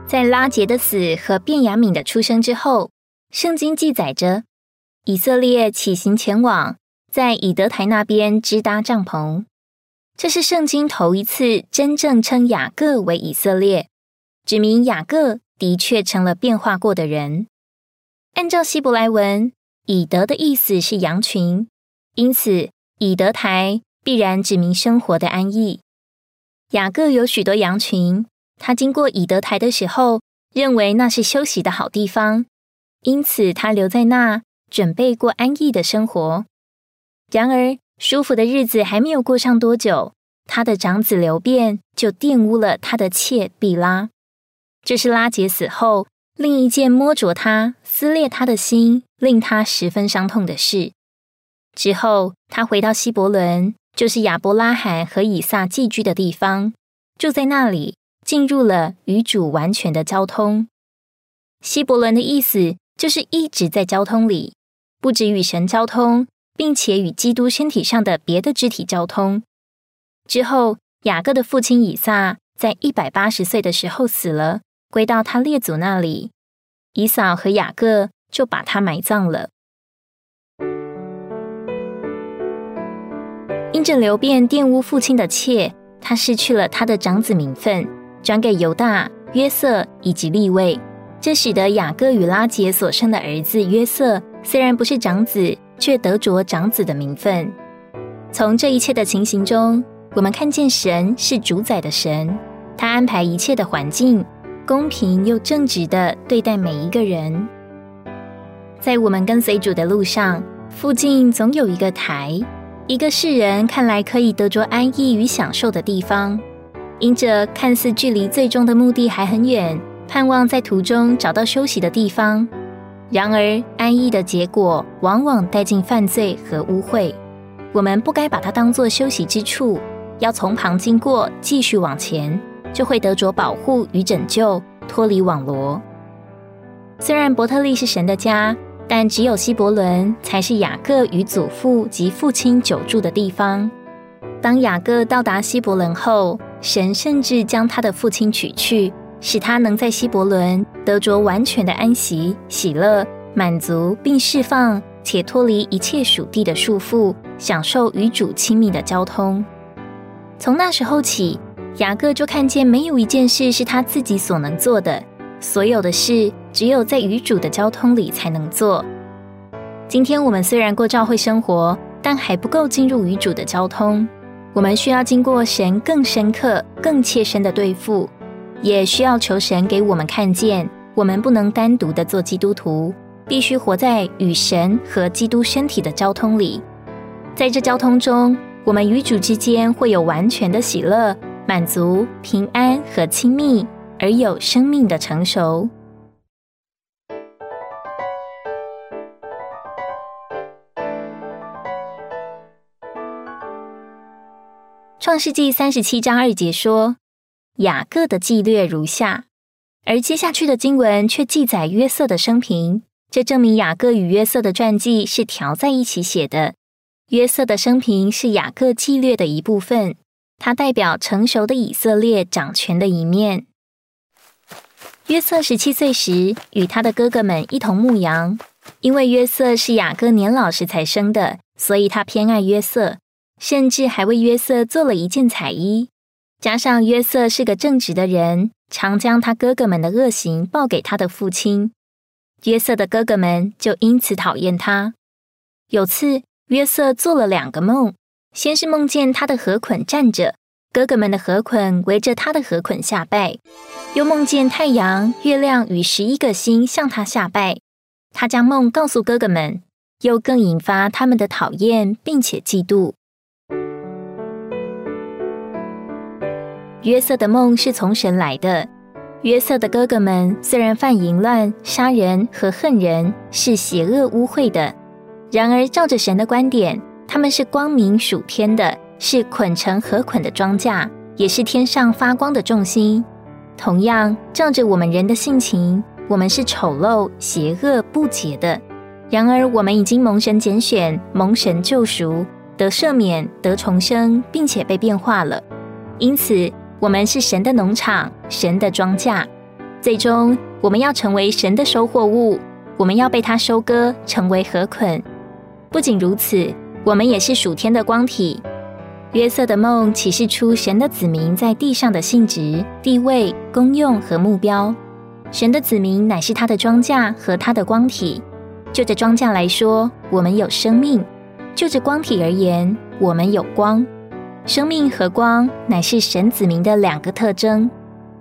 在拉结的死和便雅悯的出生之后，圣经记载着以色列起行前往，在以德台那边支搭帐篷。这是圣经头一次真正称雅各为以色列，指明雅各的确成了变化过的人。按照希伯来文，以德的意思是羊群，因此以德台必然指明生活的安逸。雅各有许多羊群，他经过以德台的时候，认为那是休息的好地方，因此他留在那，准备过安逸的生活。然而舒服的日子还没有过上多久，他的长子流便就玷污了他的妾毕拉。这是拉结死后另一件摸着他、撕裂他的心，令他十分伤痛的事。之后他回到希伯伦，就是亚伯拉罕和以撒寄居的地方，住在那里，进入了与主完全的交通。希伯伦的意思就是一直在交通里，不只与神交通，并且与基督身体上的别的肢体交通。之后雅各的父亲以撒在180岁的时候死了，归到他列祖那里，以扫和雅各就把他埋葬了。因着流便玷污父亲的妾，他失去了他的长子名分，转给犹大、约瑟以及利未。这使得雅各与拉结所生的儿子约瑟虽然不是长子，却得着长子的名分。从这一切的情形中，我们看见神是主宰的神，他安排一切的环境，公平又正直地对待每一个人。在我们跟随主的路上，附近总有一个台，一个世人看来可以得着安逸与享受的地方。因着看似距离最终的目的还很远，盼望在途中找到休息的地方，然而安逸的结果往往带进犯罪和污秽。我们不该把它当作休息之处，要从旁经过，继续往前，就会得着保护与拯救，脱离网罗。虽然伯特利是神的家，但只有希伯伦才是雅各与祖父及父亲久住的地方。当雅各到达希伯伦后，神甚至将他的父亲取去，使他能在希伯伦得着完全的安息、喜乐、满足，并释放，且脱离一切属地的束缚，享受与主亲密的交通。从那时候起，雅各就看见没有一件事是他自己所能做的，所有的事只有在与主的交通里才能做。今天我们虽然过教会生活，但还不够进入与主的交通。我们需要经过神更深刻、更切身的对付，也需要求神给我们看见，我们不能单独的做基督徒，必须活在与神和基督身体的交通里。在这交通中，我们与主之间会有完全的喜乐、满足、平安和亲密，而有生命的成熟。创世纪37章2节说，雅各的记略如下，而接下去的经文却记载约瑟的生平，这证明雅各与约瑟的传记是调在一起写的。约瑟的生平是雅各记略的一部分，它代表成熟的以色列掌权的一面。约瑟17岁时，与他的哥哥们一同牧羊，因为约瑟是雅各年老时才生的，所以他偏爱约瑟，甚至还为约瑟做了一件彩衣。加上约瑟是个正直的人，常将他哥哥们的恶行报给他的父亲，约瑟的哥哥们就因此讨厌他。有次约瑟做了2个梦，先是梦见他的河捆站着，哥哥们的河捆围着他的河捆下拜，又梦见太阳、月亮与11个星向他下拜。他将梦告诉哥哥们，又更引发他们的讨厌并且嫉妒。约瑟的梦是从神来的。约瑟的哥哥们虽然犯淫乱、杀人和恨人，是邪恶污秽的，然而照着神的观点，他们是光明属天的，是捆成河捆的庄稼，也是天上发光的众星。同样，照着我们人的性情，我们是丑陋、邪恶、不洁的。然而我们已经蒙神拣选，蒙神救赎，得赦免，得重生，并且被变化了。因此我们是神的农场，神的庄稼。 最终我们要成为神的收获物，我们要被他收割，成为禾捆。不仅如此，我们也是属天的光体。约瑟的梦启示出神的子民在地上的性质、地位、功用和目标。神的子民乃是他的庄稼和他的光体。就着庄稼来说，我们有生命；就着光体而言，我们有光。生命和光乃是神子民的两个特征。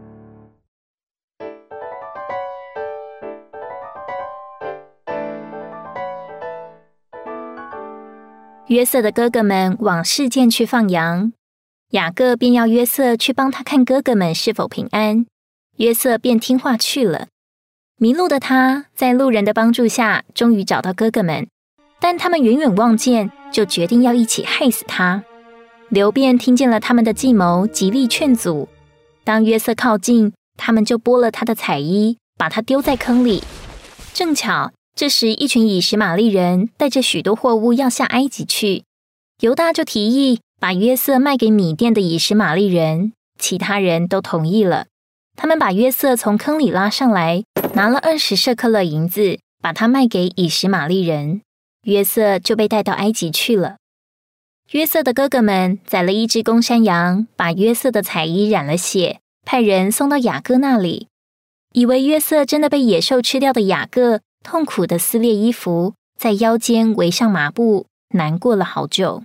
约瑟的哥哥们往示剑去放羊，雅各便要约瑟去帮他看哥哥们是否平安，约瑟便听话去了。迷路的他在路人的帮助下终于找到哥哥们，但他们远远望见，就决定要一起害死他。流便听见了他们的计谋，极力劝阻。当约瑟靠近，他们就剥了他的彩衣，把他丢在坑里。正巧这时一群以实玛利人带着许多货物要下埃及去，犹大就提议把约瑟卖给米甸的以实玛利人，其他人都同意了。他们把约瑟从坑里拉上来，拿了20舍客勒银子，把他卖给以实玛利人。约瑟就被带到埃及去了。约瑟的哥哥们宰了一只公山羊，把约瑟的彩衣染了血，派人送到雅各那里。以为约瑟真的被野兽吃掉的雅各，痛苦地撕裂衣服，在腰间围上麻布，难过了好久。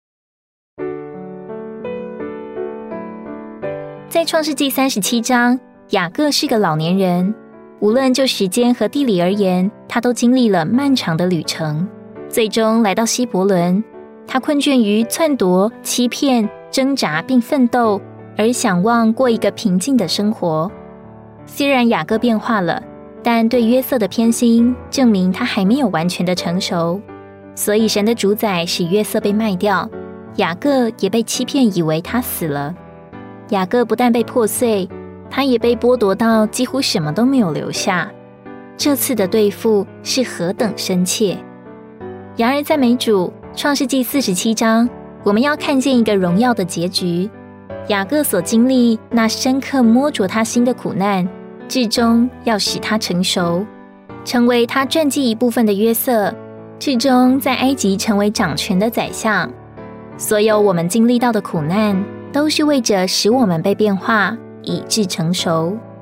在创世纪37章，雅各是个老年人，无论就时间和地理而言，他都经历了漫长的旅程，最终来到希伯伦。他困倦于篡夺、欺骗、挣扎并奋斗，而想望过一个平静的生活。虽然雅各变化了，但对约瑟的偏心证明他还没有完全的成熟，所以神的主宰使约瑟被卖掉，雅各也被欺骗，以为他死了。雅各不但被破碎，他也被剥夺到几乎什么都没有留下。这次的对付是何等深切！然而赞美主，创世纪47章，我们要看见一个荣耀的结局。雅各所经历那深刻摸着他心的苦难，至终要使他成熟，成为他传记一部分的约瑟，至终在埃及成为掌权的宰相。所有我们经历到的苦难，都是为着使我们被变化，以致成熟。